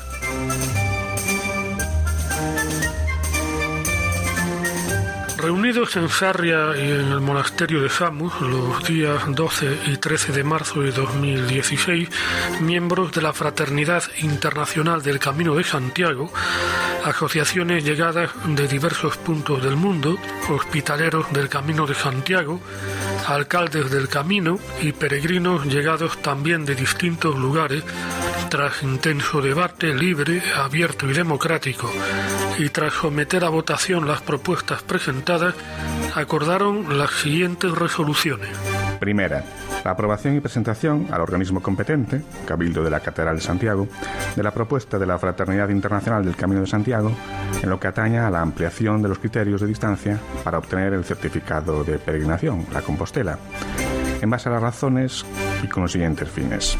Reunidos en Sarria y en el monasterio de Samus los días doce y trece de marzo de dos mil dieciséis, miembros de la Fraternidad Internacional del Camino de Santiago, asociaciones llegadas de diversos puntos del mundo, hospitaleros del Camino de Santiago, alcaldes del Camino y peregrinos llegados también de distintos lugares, tras intenso debate libre, abierto y democrático, y tras someter a votación las propuestas presentadas, acordaron las siguientes resoluciones. Primera, la aprobación y presentación al organismo competente, Cabildo de la Catedral de Santiago, de la propuesta de la Fraternidad Internacional del Camino de Santiago en lo que atañe a la ampliación de los criterios de distancia para obtener el certificado de peregrinación, la Compostela, en base a las razones y con los siguientes fines.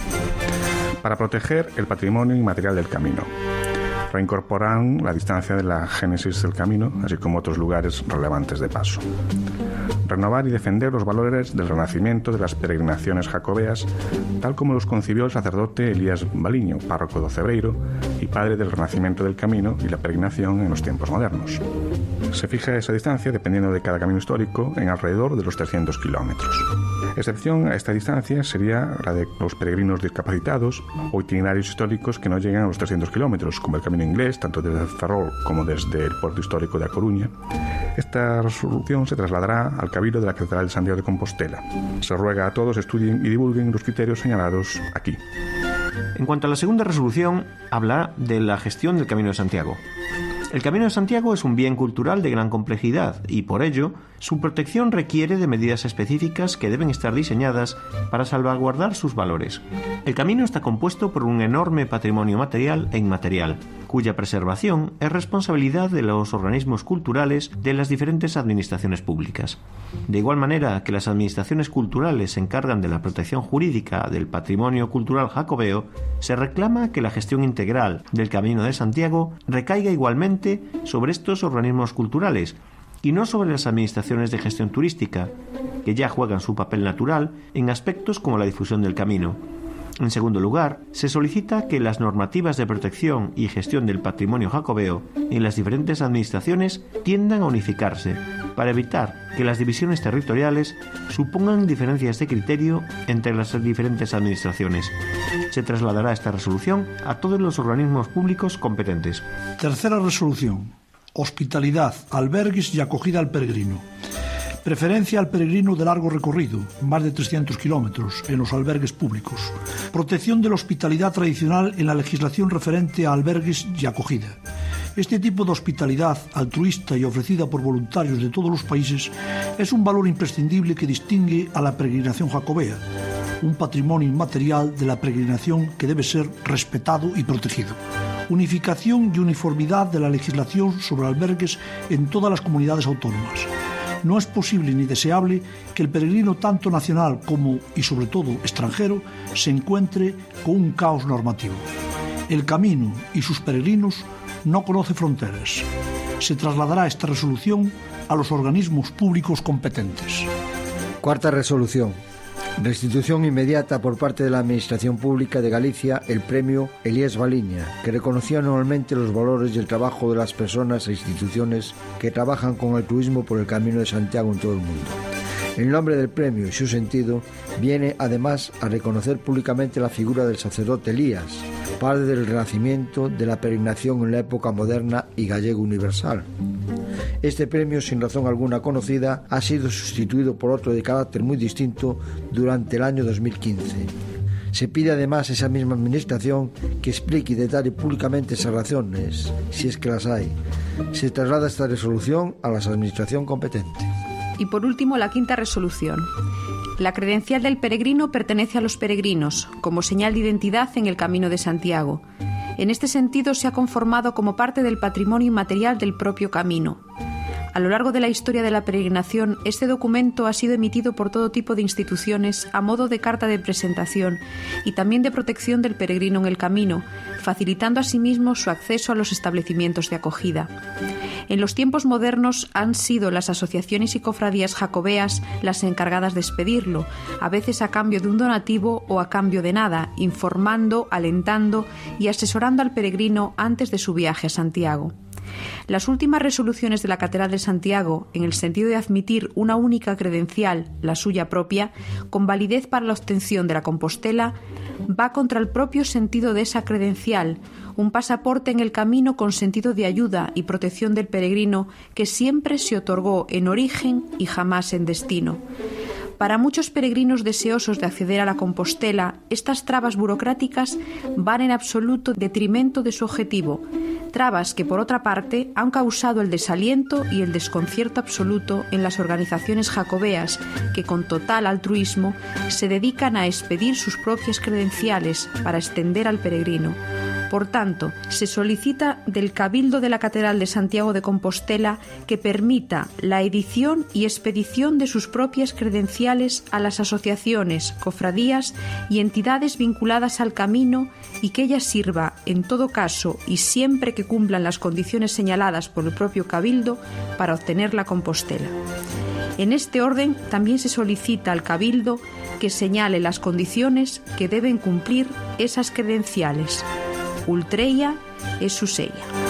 Para proteger el patrimonio inmaterial del camino. Reincorporar la distancia de la génesis del camino, así como otros lugares relevantes de paso. Renovar y defender los valores del renacimiento de las peregrinaciones jacobeas, tal como los concibió el sacerdote Elías Baliño, párroco de Ocebreiro y padre del renacimiento del camino y la peregrinación en los tiempos modernos. Se fija esa distancia, dependiendo de cada camino histórico, en alrededor de los trescientos kilómetros. Excepción a esta distancia sería la de los peregrinos discapacitados o itinerarios históricos que no llegan a los trescientos kilómetros, como el camino inglés, tanto desde Ferrol como desde el puerto histórico de A Coruña. Esta resolución se trasladará al Cabildo de la Catedral de Santiago de Compostela. Se ruega a todos estudien y divulguen los criterios señalados aquí. En cuanto a la segunda resolución, habla de la gestión del Camino de Santiago. El Camino de Santiago es un bien cultural de gran complejidad y, por ello, su protección requiere de medidas específicas que deben estar diseñadas para salvaguardar sus valores. El camino está compuesto por un enorme patrimonio material e inmaterial, cuya preservación es responsabilidad de los organismos culturales de las diferentes administraciones públicas. De igual manera que las administraciones culturales se encargan de la protección jurídica del patrimonio cultural jacobeo, se reclama que la gestión integral del Camino de Santiago recaiga igualmente sobre estos organismos culturales y no sobre las administraciones de gestión turística, que ya juegan su papel natural en aspectos como la difusión del camino. En segundo lugar, se solicita que las normativas de protección y gestión del patrimonio jacobeo en las diferentes administraciones tiendan a unificarse, para evitar que las divisiones territoriales supongan diferencias de criterio entre las diferentes administraciones. Se trasladará esta resolución a todos los organismos públicos competentes. Tercera resolución. Hospitalidad, albergues y acogida al peregrino. Preferencia al peregrino de largo recorrido, más de trescientos kilómetros, en los albergues públicos. Protección de la hospitalidad tradicional en la legislación referente a albergues y acogida. Este tipo de hospitalidad altruista y ofrecida por voluntarios de todos los países es un valor imprescindible que distingue a la peregrinación jacobea, un patrimonio inmaterial de la peregrinación que debe ser respetado y protegido. Unificación y uniformidad de la legislación sobre albergues en todas las comunidades autónomas. No es posible ni deseable que el peregrino tanto nacional como, y sobre todo, extranjero, se encuentre con un caos normativo. El camino y sus peregrinos no conoce fronteras. Se trasladará esta resolución a los organismos públicos competentes. Cuarta resolución. Restitución inmediata por parte de la Administración Pública de Galicia el premio Elías Baliña, que reconocía anualmente los valores y el trabajo de las personas e instituciones que trabajan con altruismo por el Camino de Santiago en todo el mundo. El nombre del premio y su sentido viene además a reconocer públicamente la figura del sacerdote Elías, padre del renacimiento de la peregrinación en la época moderna y gallego universal. Este premio, sin razón alguna conocida, ha sido sustituido por otro de carácter muy distinto durante el año dos mil quince. Se pide además a esa misma administración que explique y detalle públicamente esas razones, si es que las hay. Se traslada esta resolución a la administración competente. Y por último, la quinta resolución. La credencial del peregrino pertenece a los peregrinos, como señal de identidad en el Camino de Santiago. En este sentido, se ha conformado como parte del patrimonio inmaterial del propio camino. A lo largo de la historia de la peregrinación, este documento ha sido emitido por todo tipo de instituciones a modo de carta de presentación y también de protección del peregrino en el camino, facilitando asimismo su acceso a los establecimientos de acogida. En los tiempos modernos han sido las asociaciones y cofradías jacobeas las encargadas de expedirlo, a veces a cambio de un donativo o a cambio de nada, informando, alentando y asesorando al peregrino antes de su viaje a Santiago. Las últimas resoluciones de la Catedral de Santiago, en el sentido de admitir una única credencial, la suya propia, con validez para la obtención de la Compostela, va contra el propio sentido de esa credencial, un pasaporte en el camino con sentido de ayuda y protección del peregrino que siempre se otorgó en origen y jamás en destino. Para muchos peregrinos deseosos de acceder a la Compostela, estas trabas burocráticas van en absoluto detrimento de su objetivo, trabas que, por otra parte, han causado el desaliento y el desconcierto absoluto en las organizaciones jacobeas que, con total altruismo, se dedican a expedir sus propias credenciales para extender al peregrino. Por tanto, se solicita del Cabildo de la Catedral de Santiago de Compostela que permita la edición y expedición de sus propias credenciales a las asociaciones, cofradías y entidades vinculadas al camino y que ella sirva, en todo caso y siempre que cumplan las condiciones señaladas por el propio Cabildo, para obtener la Compostela. En este orden, también se solicita al Cabildo que señale las condiciones que deben cumplir esas credenciales. Ultreia es su sella.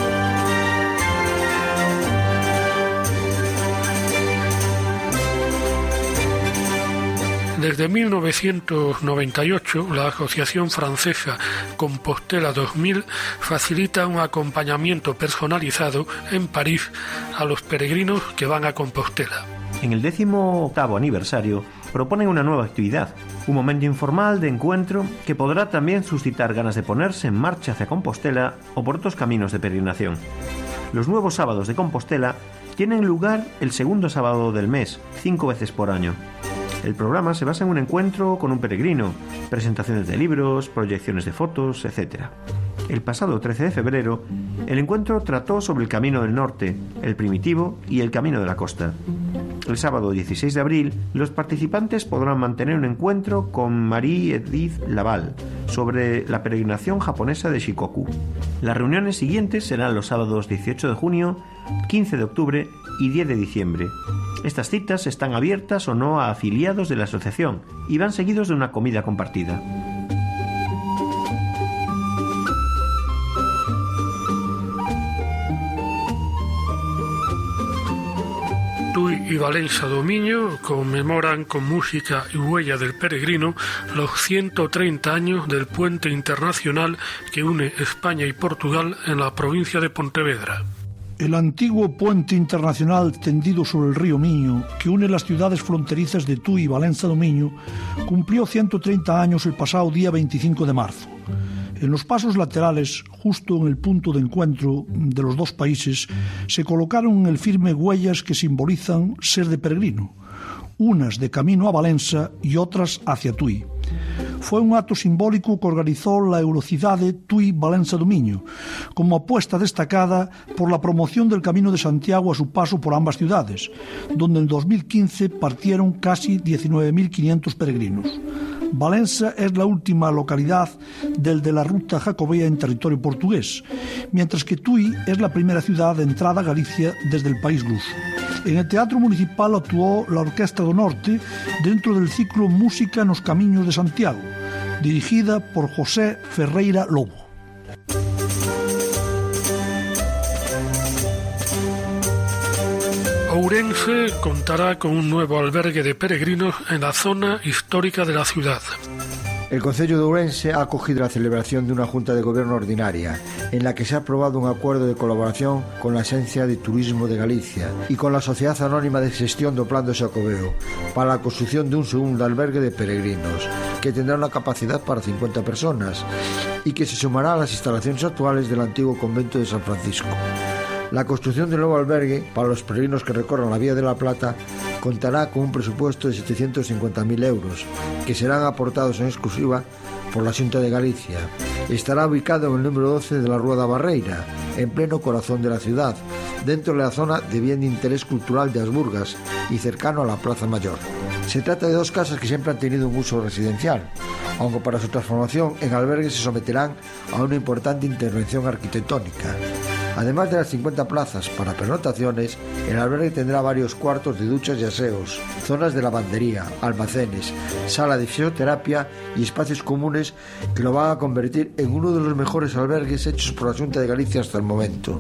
Desde mil novecientos noventa y ocho, la Asociación Francesa Compostela dos mil facilita un acompañamiento personalizado en París a los peregrinos que van a Compostela. En el décimo octavo aniversario proponen una nueva actividad, un momento informal de encuentro que podrá también suscitar ganas de ponerse en marcha hacia Compostela o por otros caminos de peregrinación. Los nuevos sábados de Compostela tienen lugar el segundo sábado del mes, cinco veces por año. El programa se basa en un encuentro con un peregrino, presentaciones de libros, proyecciones de fotos, etcétera. El pasado trece de febrero, el encuentro trató sobre el Camino del Norte, el Primitivo y el Camino de la Costa. El sábado dieciséis de abril, los participantes podrán mantener un encuentro con Marie-Edith Laval sobre la peregrinación japonesa de Shikoku. Las reuniones siguientes serán los sábados dieciocho de junio, quince de octubre y diez de diciembre. Estas citas están abiertas o no a afiliados de la asociación y van seguidos de una comida compartida. Tui y Valencia do Miño conmemoran con música y huella del peregrino los ciento treinta años del puente internacional que une España y Portugal en la provincia de Pontevedra. El antiguo puente internacional tendido sobre el río Miño, que une las ciudades fronterizas de Tui y Valencia do Miño, cumplió ciento treinta años el pasado día veinticinco de marzo. En los pasos laterales, justo en el punto de encuentro de los dos países, se colocaron en el firme huellas que simbolizan ser de peregrino, unas de camino a Valencia y otras hacia Tui. Fue un acto simbólico que organizó la Eurocidade Tui-Valencia do Miño, como apuesta destacada por la promoción del Camino de Santiago a su paso por ambas ciudades, donde en dos mil quince partieron casi diecinueve mil quinientos peregrinos. Valencia es la última localidad del de la ruta jacobea en territorio portugués, mientras que Tui es la primera ciudad de entrada a Galicia desde el país luso. En el Teatro Municipal actuó la Orquestra do Norte dentro del ciclo Música nos Camiños de Santiago, dirigida por José Ferreira Lobo. Ourense contará con un nuevo albergue de peregrinos en la zona histórica de la ciudad. El Concello de Ourense ha acogido la celebración de una Junta de Gobierno ordinaria, en la que se ha aprobado un acuerdo de colaboración con la Agencia de Turismo de Galicia y con la Sociedad Anónima de Xestión do Plan do Xacobeo para la construcción de un segundo albergue de peregrinos, que tendrá una capacidad para cincuenta personas y que se sumará a las instalaciones actuales del antiguo convento de San Francisco. La construcción del nuevo albergue para los peregrinos que recorran la Vía de la Plata contará con un presupuesto de setecientos cincuenta mil euros, que serán aportados en exclusiva por la Xunta de Galicia. Estará ubicado en el número doce de la Rúa da Barreira, en pleno corazón de la ciudad, dentro de la zona de bien de interés cultural de Asburgas y cercano a la Plaza Mayor. Se trata de dos casas que siempre han tenido un uso residencial, aunque para su transformación en albergue se someterán a una importante intervención arquitectónica. Además de las cincuenta plazas para pernotaciones, el albergue tendrá varios cuartos de duchas y aseos, zonas de lavandería, almacenes, sala de fisioterapia y espacios comunes que lo van a convertir en uno de los mejores albergues hechos por la Xunta de Galicia hasta el momento.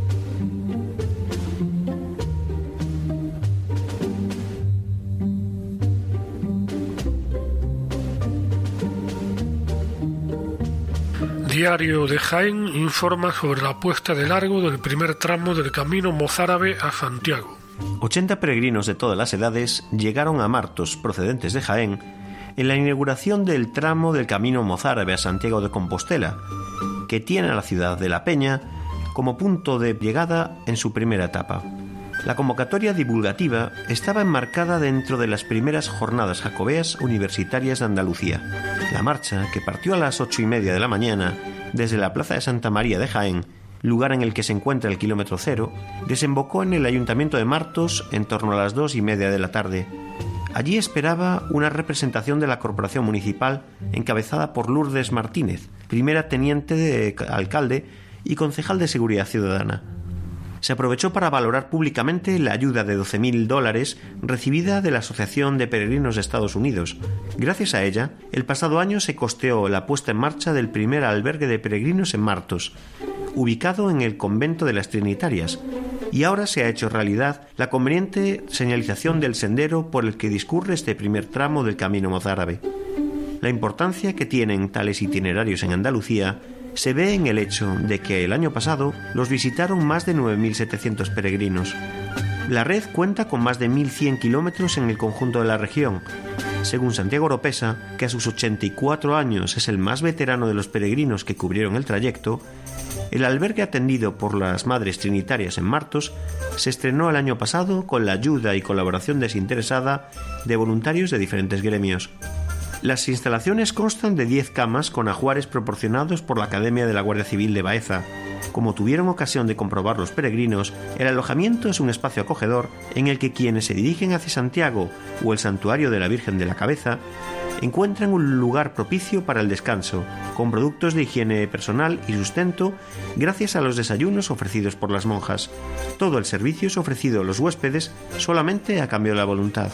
Diario de Jaén informa sobre la puesta de largo del primer tramo del camino mozárabe a Santiago. ochenta peregrinos de todas las edades llegaron a Martos, procedentes de Jaén, en la inauguración del tramo del camino mozárabe a Santiago de Compostela, que tiene a la ciudad de La Peña como punto de llegada en su primera etapa. La convocatoria divulgativa estaba enmarcada dentro de las primeras jornadas jacobeas universitarias de Andalucía. La marcha, que partió a las ocho y media de la mañana desde la Plaza de Santa María de Jaén, lugar en el que se encuentra el kilómetro cero, desembocó en el Ayuntamiento de Martos en torno a las dos y media de la tarde. Allí esperaba una representación de la Corporación Municipal encabezada por Lourdes Martínez, primera teniente de alcalde y concejal de Seguridad Ciudadana. Se aprovechó para valorar públicamente la ayuda de doce mil dólares recibida de la Asociación de Peregrinos de Estados Unidos. Gracias a ella, el pasado año se costeó la puesta en marcha del primer albergue de peregrinos en Martos, ubicado en el convento de las Trinitarias, y ahora se ha hecho realidad la conveniente señalización del sendero por el que discurre este primer tramo del camino mozárabe. La importancia que tienen tales itinerarios en Andalucía se ve en el hecho de que el año pasado los visitaron más de nueve mil setecientos peregrinos. La red cuenta con más de mil cien kilómetros en el conjunto de la región. Según Santiago Oropesa, que a sus ochenta y cuatro años es el más veterano de los peregrinos que cubrieron el trayecto, el albergue atendido por las Madres Trinitarias en Martos se estrenó el año pasado con la ayuda y colaboración desinteresada de voluntarios de diferentes gremios. Las instalaciones constan de diez camas con ajuares proporcionados por la Academia de la Guardia Civil de Baeza. Como tuvieron ocasión de comprobar los peregrinos, el alojamiento es un espacio acogedor en el que quienes se dirigen hacia Santiago o el Santuario de la Virgen de la Cabeza encuentran un lugar propicio para el descanso, con productos de higiene personal y sustento gracias a los desayunos ofrecidos por las monjas. Todo el servicio es ofrecido a los huéspedes solamente a cambio de la voluntad.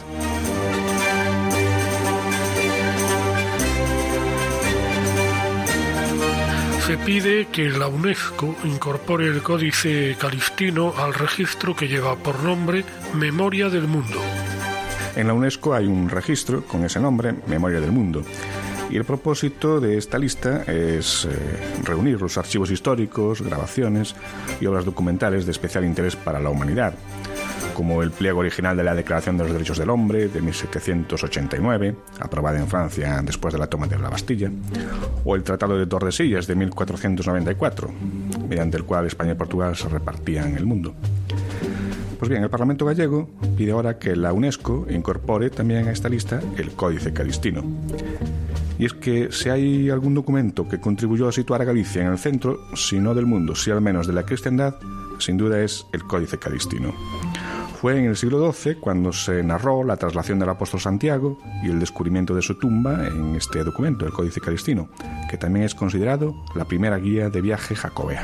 Se pide que la UNESCO incorpore el Códice Calistino al registro que lleva por nombre Memoria del Mundo. En la UNESCO hay un registro con ese nombre, Memoria del Mundo, y el propósito de esta lista es eh, reunir los archivos históricos, grabaciones y obras documentales de especial interés para la humanidad, como el pliego original de la Declaración de los Derechos del Hombre de mil setecientos ochenta y nueve, aprobada en Francia después de la toma de la Bastilla, o el Tratado de Tordesillas de mil cuatrocientos noventa y cuatro, mediante el cual España y Portugal se repartían el mundo. Pues bien, el Parlamento gallego pide ahora que la UNESCO incorpore también a esta lista el Códice Calistino. Y es que si hay algún documento que contribuyó a situar a Galicia en el centro, si no del mundo, si al menos de la cristiandad, sin duda es el Códice Calistino. Fue en el siglo doce cuando se narró la traslación del apóstol Santiago y el descubrimiento de su tumba en este documento, el Códice Calistino, que también es considerado la primera guía de viaje jacobea.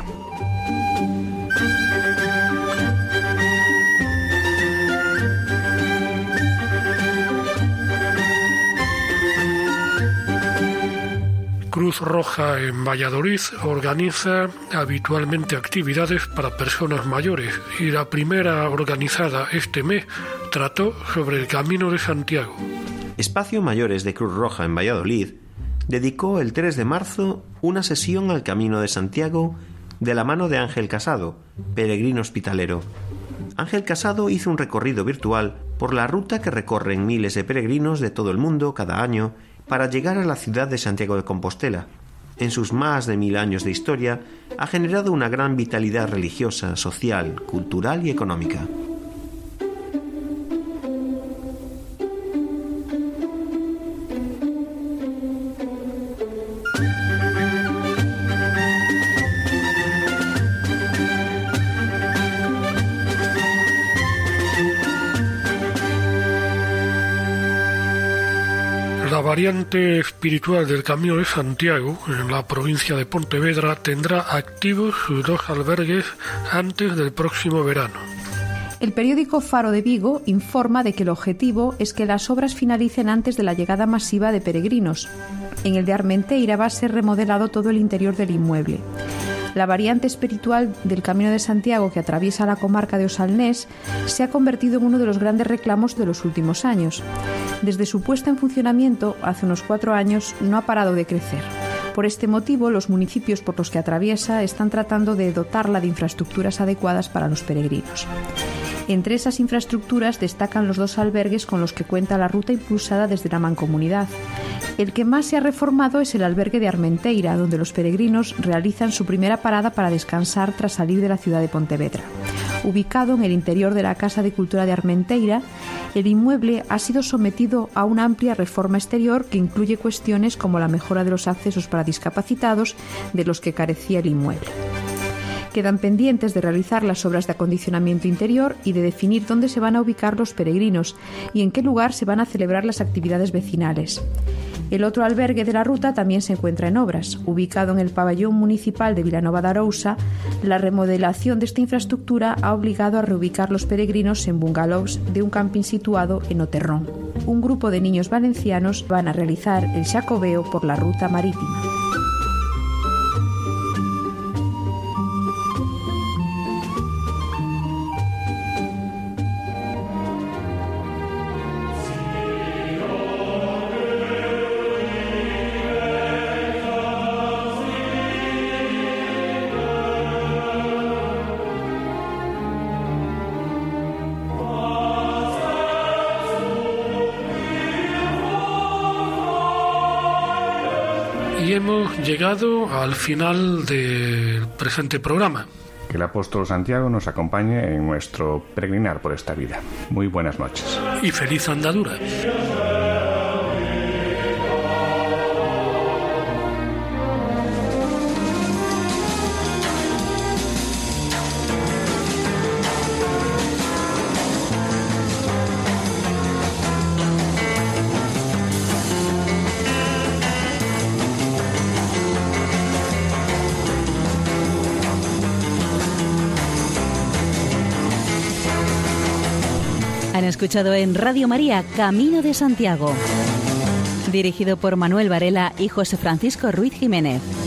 Cruz Roja en Valladolid organiza habitualmente actividades para personas mayores y la primera organizada este mes trató sobre el Camino de Santiago. Espacio Mayores de Cruz Roja en Valladolid dedicó el tres de marzo una sesión al Camino de Santiago de la mano de Ángel Casado, peregrino hospitalero. Ángel Casado hizo un recorrido virtual por la ruta que recorren miles de peregrinos de todo el mundo cada año para llegar a la ciudad de Santiago de Compostela. En sus más de mil años de historia, ha generado una gran vitalidad religiosa, social, cultural y económica. variante espiritual del Camino de Santiago, en la provincia de Pontevedra, tendrá activos sus dos albergues antes del próximo verano. El periódico Faro de Vigo informa de que el objetivo es que las obras finalicen antes de la llegada masiva de peregrinos. En el de Armenteira va a ser remodelado todo el interior del inmueble. La variante espiritual del Camino de Santiago que atraviesa la comarca de Osalnés se ha convertido en uno de los grandes reclamos de los últimos años. Desde su puesta en funcionamiento, hace unos cuatro años, no ha parado de crecer. Por este motivo, los municipios por los que atraviesa están tratando de dotarla de infraestructuras adecuadas para los peregrinos. Entre esas infraestructuras destacan los dos albergues con los que cuenta la ruta impulsada desde la Mancomunidad. El que más se ha reformado es el albergue de Armenteira, donde los peregrinos realizan su primera parada para descansar tras salir de la ciudad de Pontevedra. Ubicado en el interior de la Casa de Cultura de Armenteira, el inmueble ha sido sometido a una amplia reforma exterior que incluye cuestiones como la mejora de los accesos para discapacitados, de los que carecía el inmueble. Quedan pendientes de realizar las obras de acondicionamiento interior y de definir dónde se van a ubicar los peregrinos y en qué lugar se van a celebrar las actividades vecinales. El otro albergue de la ruta también se encuentra en obras. Ubicado en el pabellón municipal de Vilanova de Arousa, la remodelación de esta infraestructura ha obligado a reubicar los peregrinos en bungalows de un camping situado en Oterrón. Un grupo de niños valencianos van a realizar el xacobeo por la ruta marítima. Y hemos llegado al final del presente programa. Que el apóstol Santiago nos acompañe en nuestro peregrinar por esta vida. Muy buenas noches. Y feliz andadura. Han escuchado en Radio María Camino de Santiago, dirigido por Manuel Varela y José Francisco Ruiz Jiménez.